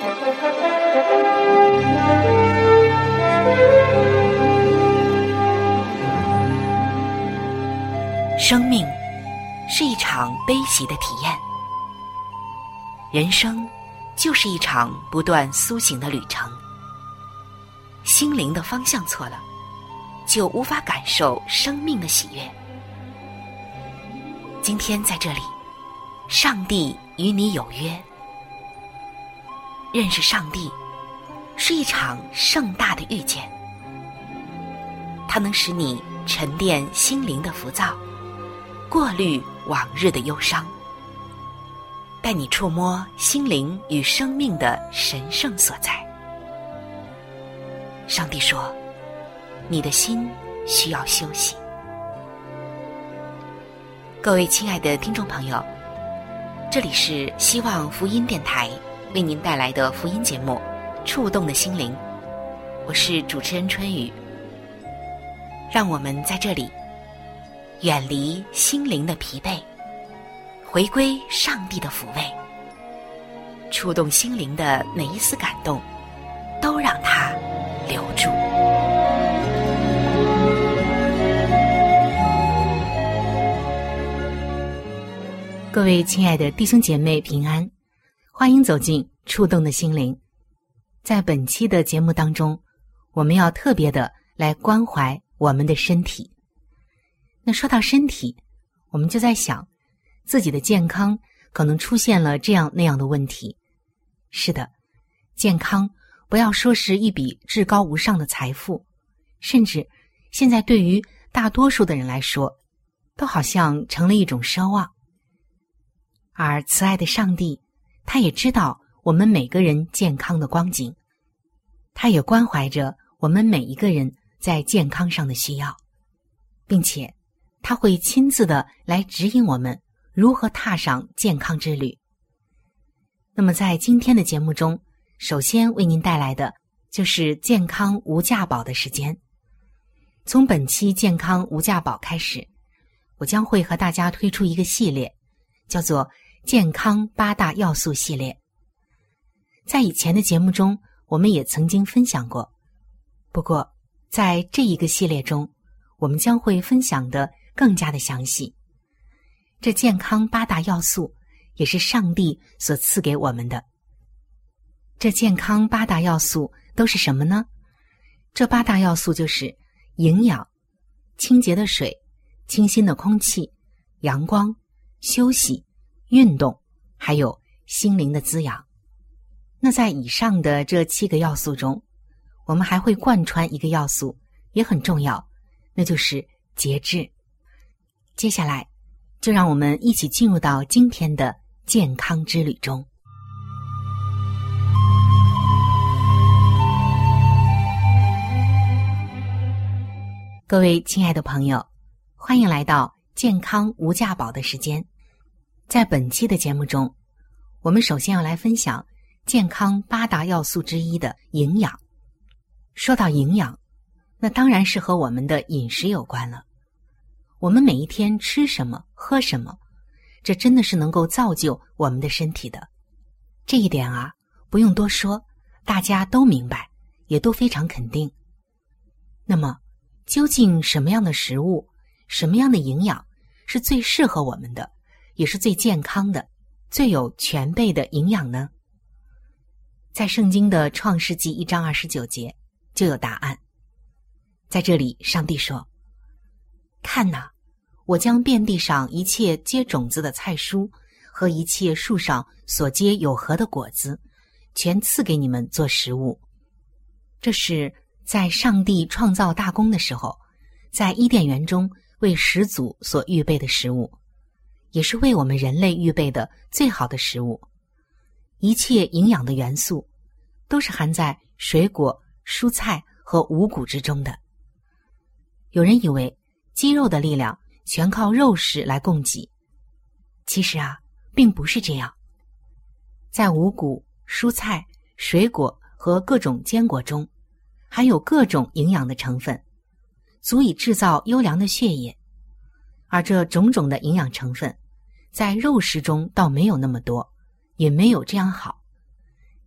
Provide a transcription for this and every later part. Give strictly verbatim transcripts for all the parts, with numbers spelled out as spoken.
生命是一场悲喜的体验，人生就是一场不断苏醒的旅程。心灵的方向错了，就无法感受生命的喜悦。今天在这里，上帝与你有约。认识上帝是一场盛大的遇见，它能使你沉淀心灵的浮躁，过滤往日的忧伤，带你触摸心灵与生命的神圣所在。上帝说，你的心需要休息。各位亲爱的听众朋友，这里是希望福音电台为您带来的福音节目《触动的心灵》，我是主持人春雨。让我们在这里远离心灵的疲惫，回归上帝的抚慰，触动心灵的每一丝感动，都让它留住。各位亲爱的弟兄姐妹平安，欢迎走进触动的心灵。在本期的节目当中，我们要特别的来关怀我们的身体。那说到身体，我们就在想，自己的健康可能出现了这样那样的问题。是的，健康不要说是一笔至高无上的财富，甚至现在对于大多数的人来说，都好像成了一种奢望。而慈爱的上帝，他也知道我们每个人健康的光景，他也关怀着我们每一个人在健康上的需要，并且他会亲自的来指引我们如何踏上健康之旅。那么在今天的节目中，首先为您带来的就是健康无价宝的时间。从本期健康无价宝开始，我将会和大家推出一个系列，叫做健康八大要素系列。在以前的节目中，我们也曾经分享过，不过在这一个系列中，我们将会分享的更加的详细。这健康八大要素也是上帝所赐给我们的。这健康八大要素都是什么呢？这八大要素就是营养、清洁的水、清新的空气、阳光、休息、运动，还有心灵的滋养。那在以上的这七个要素中，我们还会贯穿一个要素，也很重要，那就是节制。接下来就让我们一起进入到今天的健康之旅中。各位亲爱的朋友，欢迎来到健康无价宝的时间。在本期的节目中，我们首先要来分享健康八大要素之一的营养。说到营养，那当然是和我们的饮食有关了。我们每一天吃什么喝什么，这真的是能够造就我们的身体的。这一点啊，不用多说，大家都明白，也都非常肯定。那么究竟什么样的食物，什么样的营养是最适合我们的，也是最健康的，最有全备的营养呢？在圣经的创世纪一章二十九节就有答案。在这里上帝说，看哪，我将遍地上一切结种子的菜蔬和一切树上所结有核的果子，全赐给你们做食物。这是在上帝创造大宫的时候，在伊甸园中为始祖所预备的食物，也是为我们人类预备的最好的食物。一切营养的元素都是含在水果、蔬菜和五谷之中的。有人以为肌肉的力量全靠肉食来供给，其实啊，并不是这样。在五谷、蔬菜、水果和各种坚果中，含有各种营养的成分，足以制造优良的血液。而这种种的营养成分，在肉食中倒没有那么多，也没有这样好。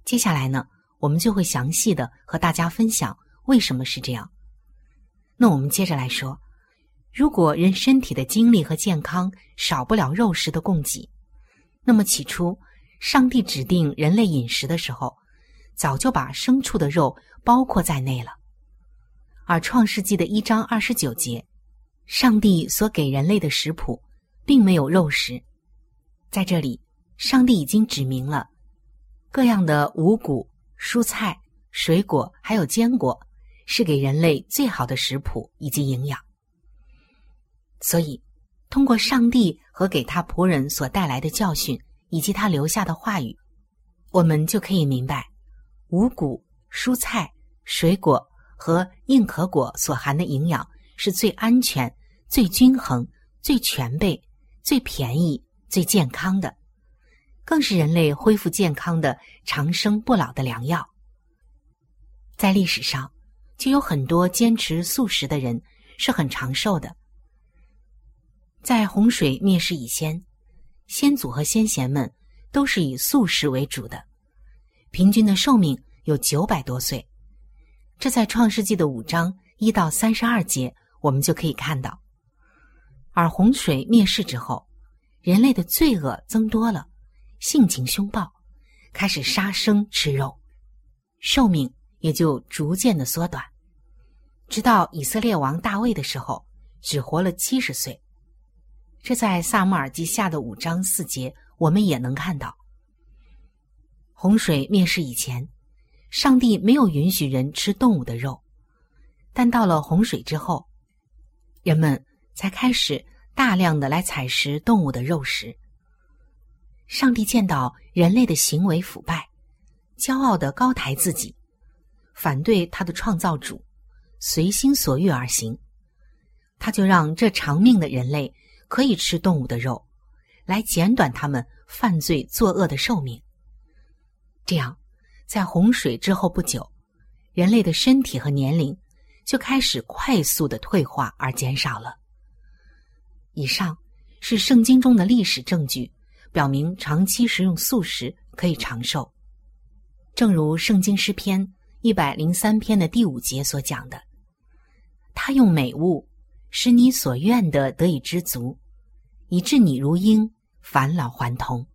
接下来呢，我们就会详细的和大家分享为什么是这样。那我们接着来说，如果人身体的精力和健康少不了肉食的供给，那么起初上帝指定人类饮食的时候，早就把牲畜的肉包括在内了。而创世纪的一章二十九节，上帝所给人类的食谱并没有肉食。在这里，上帝已经指明了各样的五谷、蔬菜、水果还有坚果是给人类最好的食谱以及营养。所以通过上帝和给他仆人所带来的教训以及他留下的话语，我们就可以明白五谷、蔬菜、水果和硬壳果所含的营养是最安全、最均衡、最全备、最便宜、最健康的，更是人类恢复健康的长生不老的良药。在历史上就有很多坚持素食的人是很长寿的。在洪水灭世以前，先祖和先贤们都是以素食为主的，平均的寿命有九百多岁。这在创世纪的五章一到三十二节我们就可以看到。而洪水灭世之后，人类的罪恶增多了，性情凶暴，开始杀生吃肉，寿命也就逐渐的缩短，直到以色列王大卫的时候只活了七十岁。这在撒母耳记下的五章四节我们也能看到。洪水灭世以前，上帝没有允许人吃动物的肉，但到了洪水之后，人们才开始大量的来采食动物的肉食。上帝见到人类的行为腐败，骄傲地高抬自己，反对他的创造主，随心所欲而行，他就让这长命的人类可以吃动物的肉，来减短他们犯罪作恶的寿命。这样，在洪水之后不久，人类的身体和年龄就开始快速的退化而减少了。以上是圣经中的历史证据，表明长期食用素食可以长寿。正如圣经诗篇一百零三篇的第五节所讲的，他用美物使你所愿的得以知足，以致你如鹰返老还童。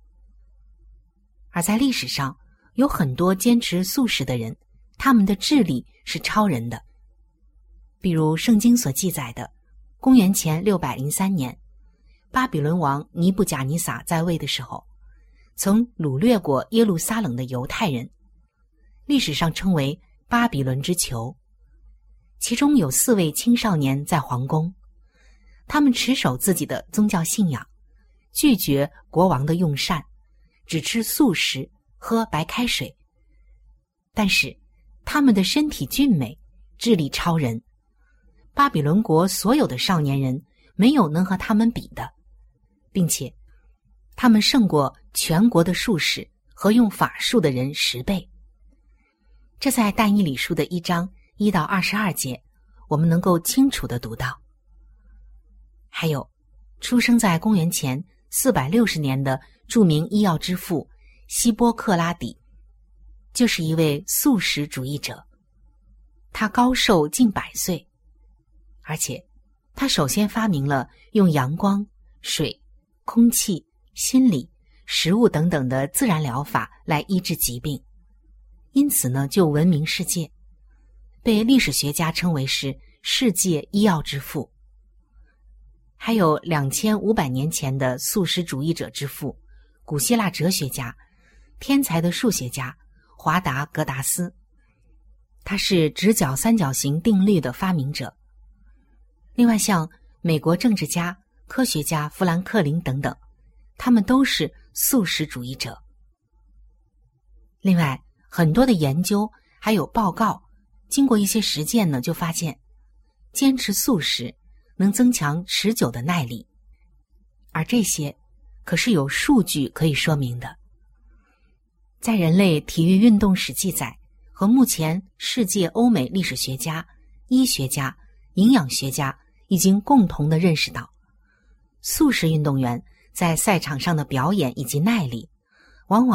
而在历史上有很多坚持素食的人，他们的智力是超人的。比如圣经所记载的，公元前六百零三年，巴比伦王尼布甲尼撒在位的时候，曾掳掠过耶路撒冷的犹太人，历史上称为巴比伦之囚。其中有四位青少年在皇宫，他们持守自己的宗教信仰，拒绝国王的用膳，只吃素食，喝白开水。但是他们的身体俊美，智力超人，巴比伦国所有的少年人没有能和他们比的，并且他们胜过全国的术士和用法术的人十倍。这在但以理书的一章一到二十二节我们能够清楚地读到。还有出生在公元前四百六十年的著名医药之父希波克拉底，就是一位素食主义者。他高寿近百岁，而且他首先发明了用阳光、水、空气、心理、食物等等的自然疗法来医治疾病，因此呢就闻名世界，被历史学家称为是世界医药之父。还有两千五百年前的素食主义者之父，古希腊哲学家、天才的数学家华达格达斯，他是直角三角形定律的发明者。另外像美国政治家、科学家富兰克林等等，他们都是素食主义者。另外很多的研究还有报告，经过一些实践呢，就发现坚持素食能增强持久的耐力，而这些可是有数据可以说明的。在人类体育运动史记载和目前世界欧美历史学家、医学家、营养学家已经共同的认识到，素食运动员在赛场上的表演以及耐力，往往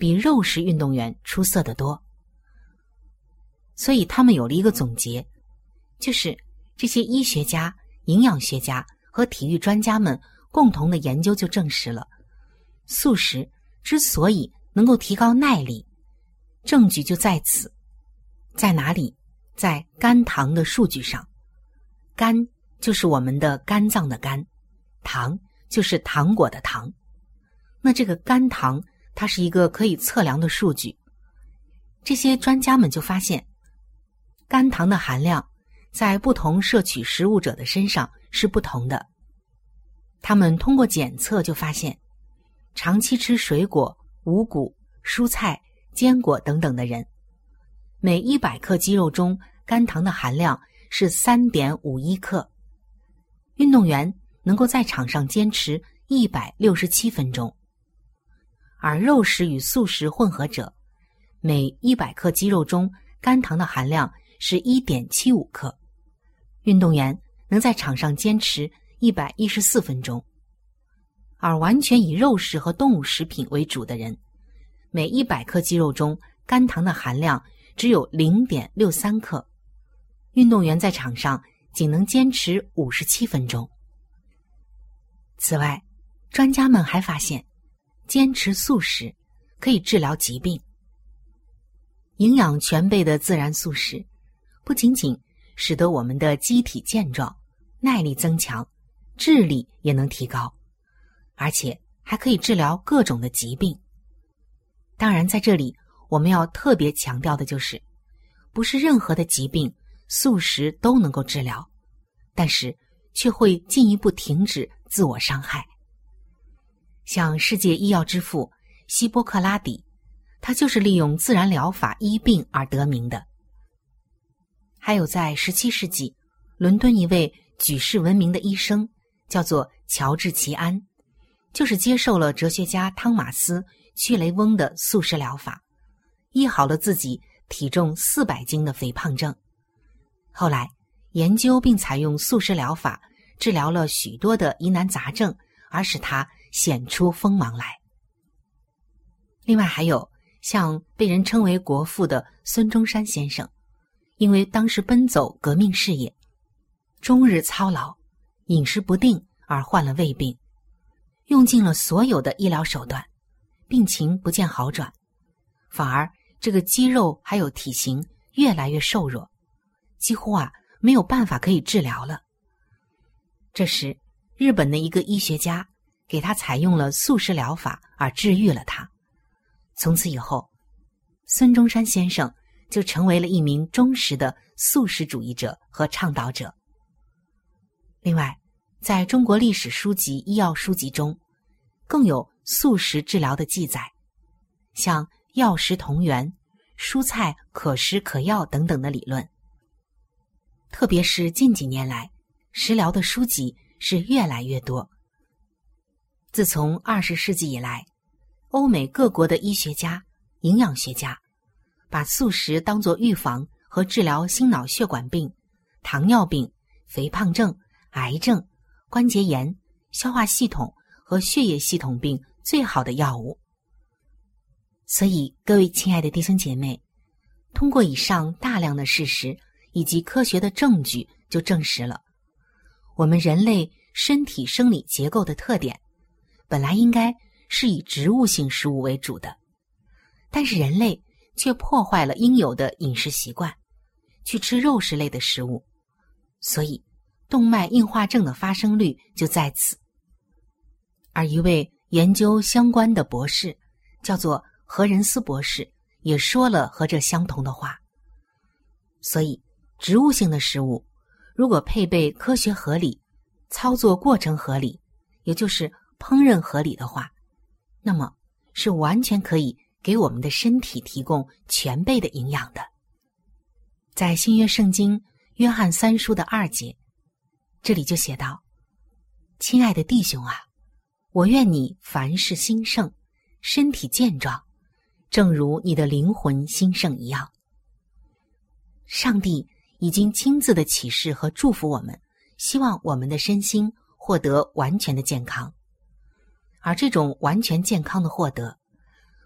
比肉食运动员出色得多。所以他们有了一个总结，就是这些医学家、营养学家和体育专家们共同的研究就证实了，素食之所以能够提高耐力，证据就在此。在哪里？在肝糖的数据上。肝就是我们的肝脏的肝，糖就是糖果的糖。那这个肝糖它是一个可以测量的数据。这些专家们就发现，肝糖的含量在不同摄取食物者的身上是不同的。他们通过检测就发现，长期吃水果、五谷、蔬菜、坚果等等的人，每一百克肌肉中肝糖的含量是 三点五一 克。运动员能够在场上坚持一百六十七分钟。而肉食与素食混合者，每一百克肌肉中肝糖的含量是 一点七五 克。运动员能在场上坚持一百一十四分钟。而完全以肉食和动物食品为主的人，每一百克肌肉中肝糖的含量只有 零点六三 克。运动员在场上仅能坚持五十七分钟。此外，专家们还发现，坚持素食可以治疗疾病。营养全备的自然素食，不仅仅使得我们的机体健壮、耐力增强，智力也能提高，而且还可以治疗各种的疾病。当然，在这里我们要特别强调的就是，不是任何的疾病素食都能够治疗，但是却会进一步停止自我伤害。像世界医药之父希波克拉底，他就是利用自然疗法医病而得名的。还有在十七世纪，伦敦一位举世闻名的医生叫做乔治齐安，就是接受了哲学家汤马斯·屈雷翁的素食疗法，医好了自己体重四百斤的肥胖症。后来研究并采用素食疗法治疗了许多的疑难杂症，而使他显出锋芒来。另外还有像被人称为国父的孙中山先生，因为当时奔走革命事业，终日操劳，饮食不定而患了胃病，用尽了所有的医疗手段，病情不见好转，反而这个肌肉还有体型越来越瘦弱，几乎啊没有办法可以治疗了。这时日本的一个医学家给他采用了素食疗法而治愈了他。从此以后，孙中山先生就成为了一名忠实的素食主义者和倡导者。另外，在中国历史书籍、医药书籍中，更有素食治疗的记载，像药食同源、蔬菜可食可药等等的理论。特别是近几年来，食疗的书籍是越来越多。自从二十世纪以来，欧美各国的医学家、营养学家把素食当作预防和治疗心脑血管病、糖尿病、肥胖症、癌症、关节炎、消化系统和血液系统病最好的药物。所以各位亲爱的弟兄姐妹，通过以上大量的事实以及科学的证据，就证实了我们人类身体生理结构的特点本来应该是以植物性食物为主的，但是人类却破坏了应有的饮食习惯，去吃肉食类的食物，所以动脉硬化症的发生率就在此。而一位研究相关的博士叫做何仁斯博士，也说了和这相同的话。所以植物性的食物如果配备科学合理、操作过程合理，也就是烹饪合理的话，那么是完全可以给我们的身体提供全备的营养的。在新约圣经约翰三书的二节，这里就写道：亲爱的弟兄啊，我愿你凡事兴盛，身体健壮，正如你的灵魂兴盛一样。上帝已经亲自的启示和祝福我们，希望我们的身心获得完全的健康。而这种完全健康的获得，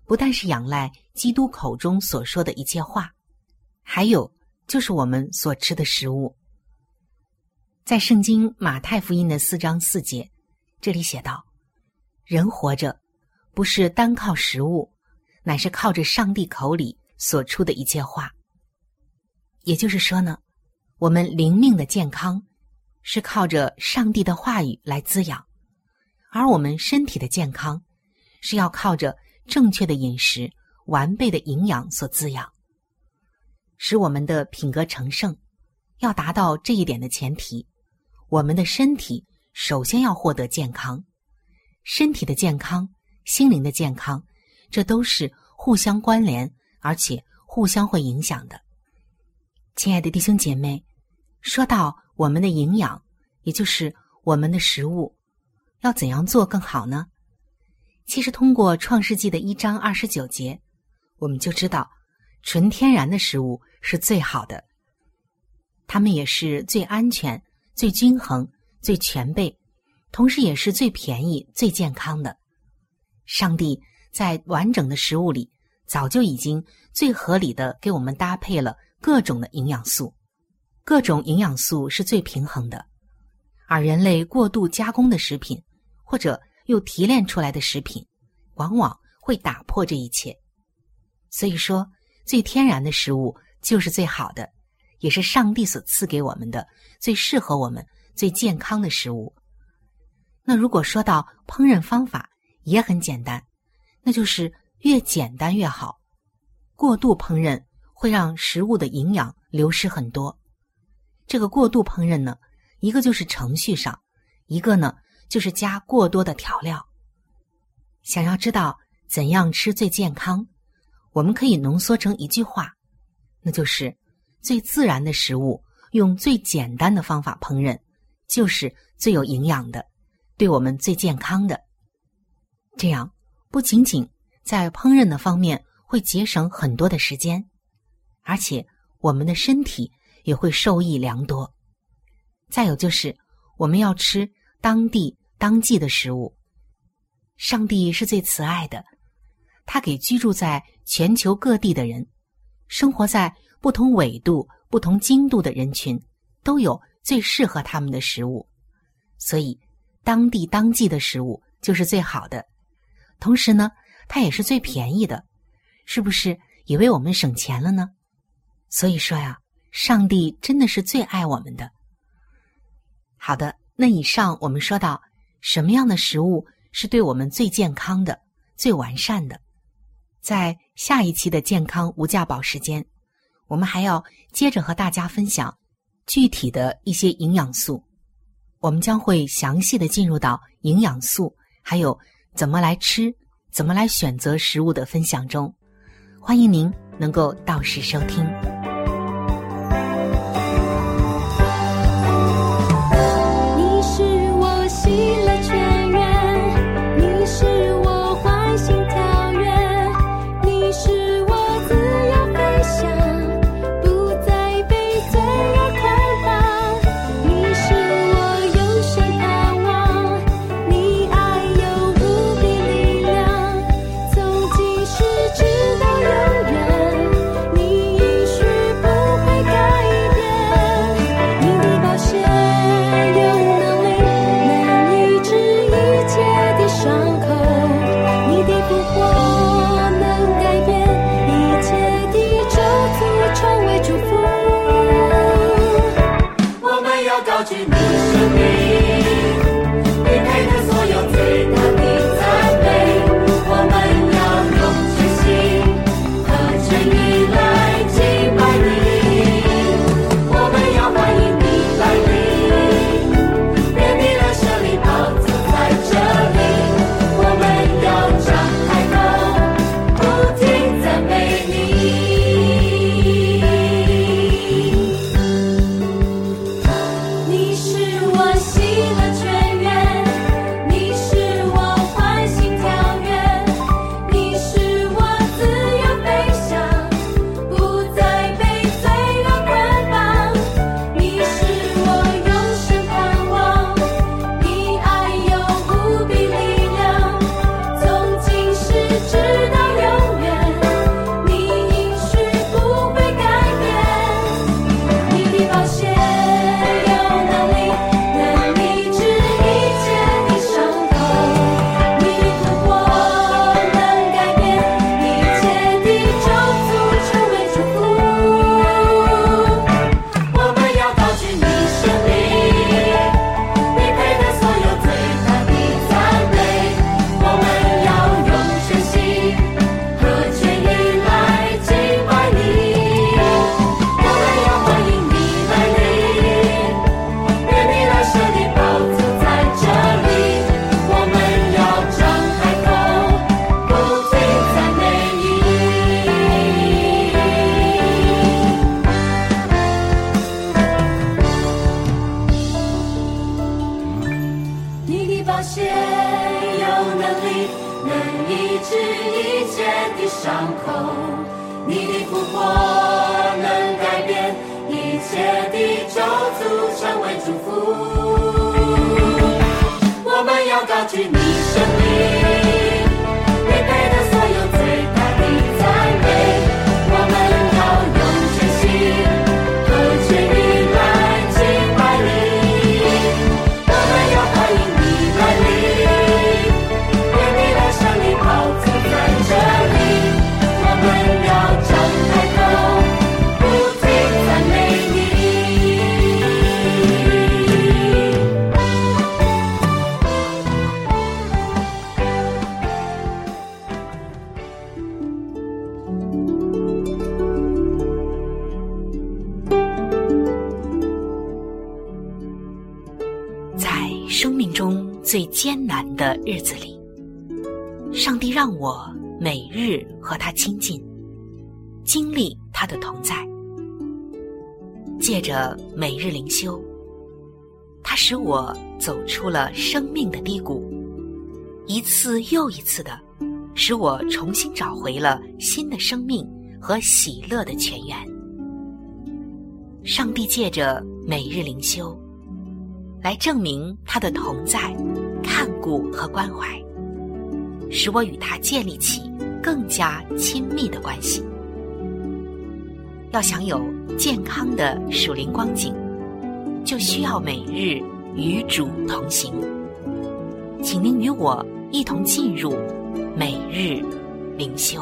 不但是仰赖基督口中所说的一切话，还有就是我们所吃的食物。在圣经马太福音的四章四节，这里写道，人活着不是单靠食物，乃是靠着上帝口里所出的一切话。也就是说呢，我们灵命的健康是靠着上帝的话语来滋养，而我们身体的健康是要靠着正确的饮食、完备的营养所滋养。使我们的品格成圣，要达到这一点的前提，我们的身体首先要获得健康。身体的健康、心灵的健康，这都是互相关联，而且互相会影响的。亲爱的弟兄姐妹，说到我们的营养，也就是我们的食物，要怎样做更好呢？其实通过创世纪的一章二十九节，我们就知道纯天然的食物是最好的，它们也是最安全、最均衡、最全备，同时也是最便宜、最健康的。上帝在完整的食物里早就已经最合理的给我们搭配了各种的营养素，各种营养素是最平衡的。而人类过度加工的食品，或者又提炼出来的食品，往往会打破这一切。所以说，最天然的食物就是最好的，也是上帝所赐给我们的最适合我们、最健康的食物。那如果说到烹饪方法，也很简单，那就是越简单越好。过度烹饪会让食物的营养流失很多。这个过度烹饪呢，一个就是程序上，一个呢就是加过多的调料。想要知道怎样吃最健康，我们可以浓缩成一句话，那就是最自然的食物用最简单的方法烹饪，就是最有营养的，对我们最健康的。这样不仅仅在烹饪的方面会节省很多的时间，而且我们的身体也会受益良多。再有就是我们要吃当地当季的食物。上帝是最慈爱的，他给居住在全球各地的人，生活在不同纬度、不同经度的人群，都有最适合他们的食物。所以当地当季的食物就是最好的，同时呢，它也是最便宜的，是不是也为我们省钱了呢？所以说呀，上帝真的是最爱我们的。好的，那以上我们说到什么样的食物是对我们最健康的、最完善的。在下一期的健康无价宝时间，我们还要接着和大家分享具体的一些营养素。我们将会详细的进入到营养素，还有怎么来吃、怎么来选择食物的分享中。欢迎您能够到时收听。 直到永远，你医治一切的伤口，你的复活能改变一切的咒诅，成为祝福。我们要高举你生命，你配得所有最大的赞美。我们要用全心和全意来敬拜你，我们要欢迎你来临，愿你的生命宝座在这里，我们要张开口不停赞美你。 在生命中最艰难的日子里，上帝让我每日和他亲近，经历他的同在。借着每日灵修，他使我走出了生命的低谷，一次又一次的使我重新找回了新的生命和喜乐的泉源。上帝借着每日灵修来证明他的同在、看顾和关怀，使我与他建立起更加亲密的关系。要享有健康的属灵光景，就需要每日与主同行。请您与我一同进入每日灵修。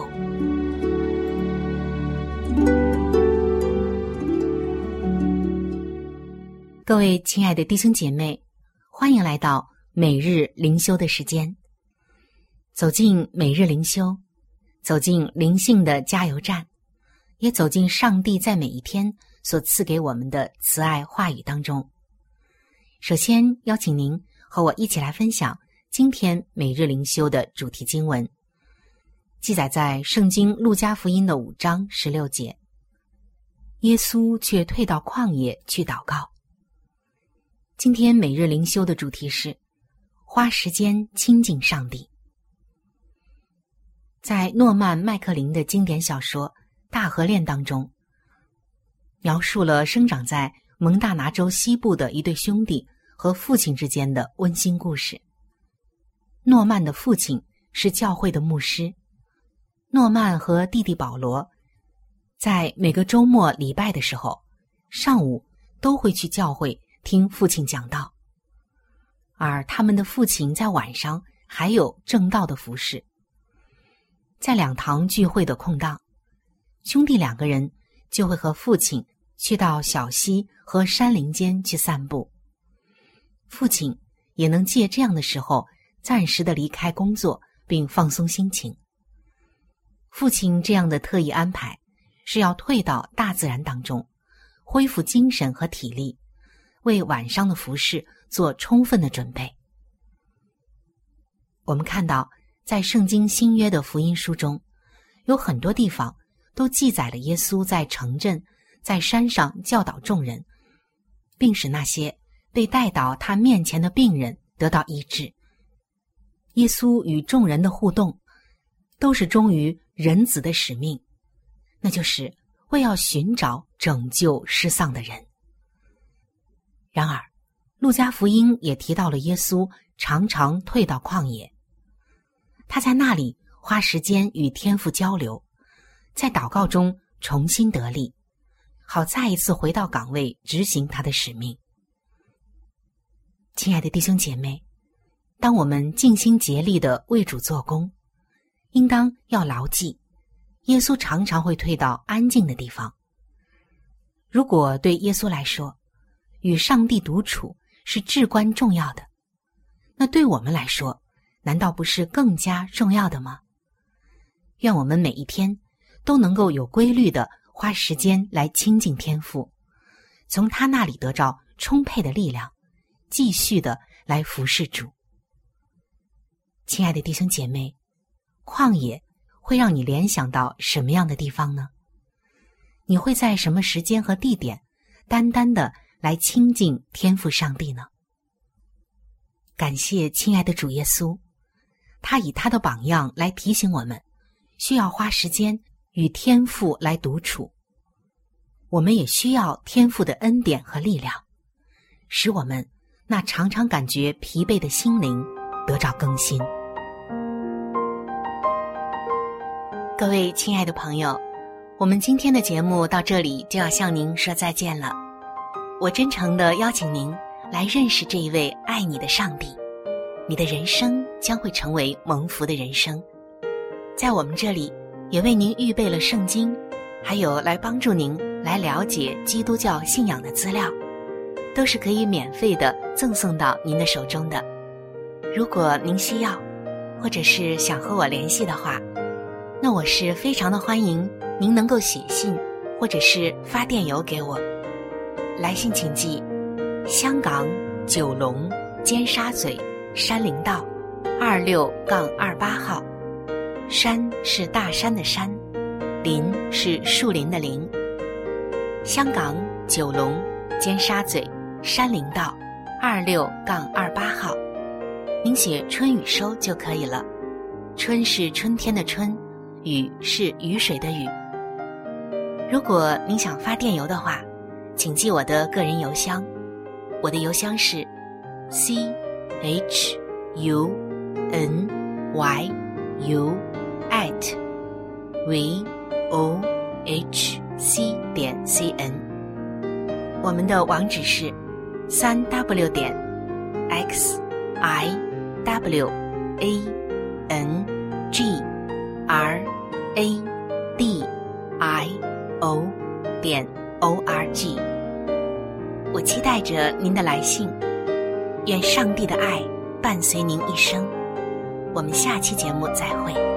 各位亲爱的弟兄姐妹，欢迎来到每日灵修的时间。走进每日灵修，走进灵性的加油站，也走进上帝在每一天所赐给我们的慈爱话语当中。首先邀请您和我一起来分享今天每日灵修的主题经文，记载在圣经路加福音的五章十六节。耶稣却退到旷野去祷告。今天每日灵修的主题是花时间亲近上帝。在诺曼·麦克林的经典小说《大河恋》当中，描述了生长在蒙大拿州西部的一对兄弟和父亲之间的温馨故事。诺曼的父亲是教会的牧师，诺曼和弟弟保罗在每个周末礼拜的时候，上午都会去教会听父亲讲道，而他们的父亲在晚上还有正道的服事。在两堂聚会的空档，兄弟两个人就会和父亲去到小溪和山林间去散步。父亲也能借这样的时候暂时的离开工作并放松心情。父亲这样的特意安排是要退到大自然当中，恢复精神和体力，为晚上的服事做充分的准备。我们看到在圣经新约的福音书中，有很多地方都记载了耶稣在城镇、在山上教导众人，并使那些被带到他面前的病人得到医治。耶稣与众人的互动都是忠于人子的使命，那就是为要寻找拯救失丧的人。然而路加福音也提到了耶稣常常退到旷野，他在那里花时间与天父交流，在祷告中重新得力，好再一次回到岗位执行他的使命。亲爱的弟兄姐妹，当我们尽心竭力地为主做工，应当要牢记，耶稣常常会退到安静的地方。如果对耶稣来说，与上帝独处是至关重要的，那对我们来说，难道不是更加重要的吗？愿我们每一天都能够有规律地花时间来亲近天父，从他那里得着充沛的力量，继续地来服侍主。亲爱的弟兄姐妹，旷野会让你联想到什么样的地方呢？你会在什么时间和地点单单地来亲近天父上帝呢？感谢亲爱的主耶稣， 他以他的榜样来提醒我们，需要花时间与天父来独处。我们也需要天父的恩典和力量，使我们那常常感觉疲惫的心灵得到更新。各位亲爱的朋友，我们今天的节目到这里就要向您说再见了。我真诚地邀请您来认识这一位爱你的上帝，你的人生将会成为蒙福的人生。在我们这里也为您预备了圣经，还有来帮助您来了解基督教信仰的资料，都是可以免费的赠送到您的手中的。如果您需要，或者是想和我联系的话，那我是非常的欢迎您能够写信或者是发电邮给我。来信请寄香港九龙尖沙咀山林道二六杠二八号，山是大山的山，林是树林的林。香港九龙尖沙咀山林道二六杠二八号，您写春雨收就可以了。春是春天的春，雨是雨水的雨。如果您想发电邮的话，请寄我的个人邮箱，我的邮箱是 c h u n y u at v o h c 点 c n。 我们的网址是 三 w 点 x i w a n g r a d i o 点 o r g。 我期待着您的来信，愿上帝的爱伴随您一生。我们下期节目再会。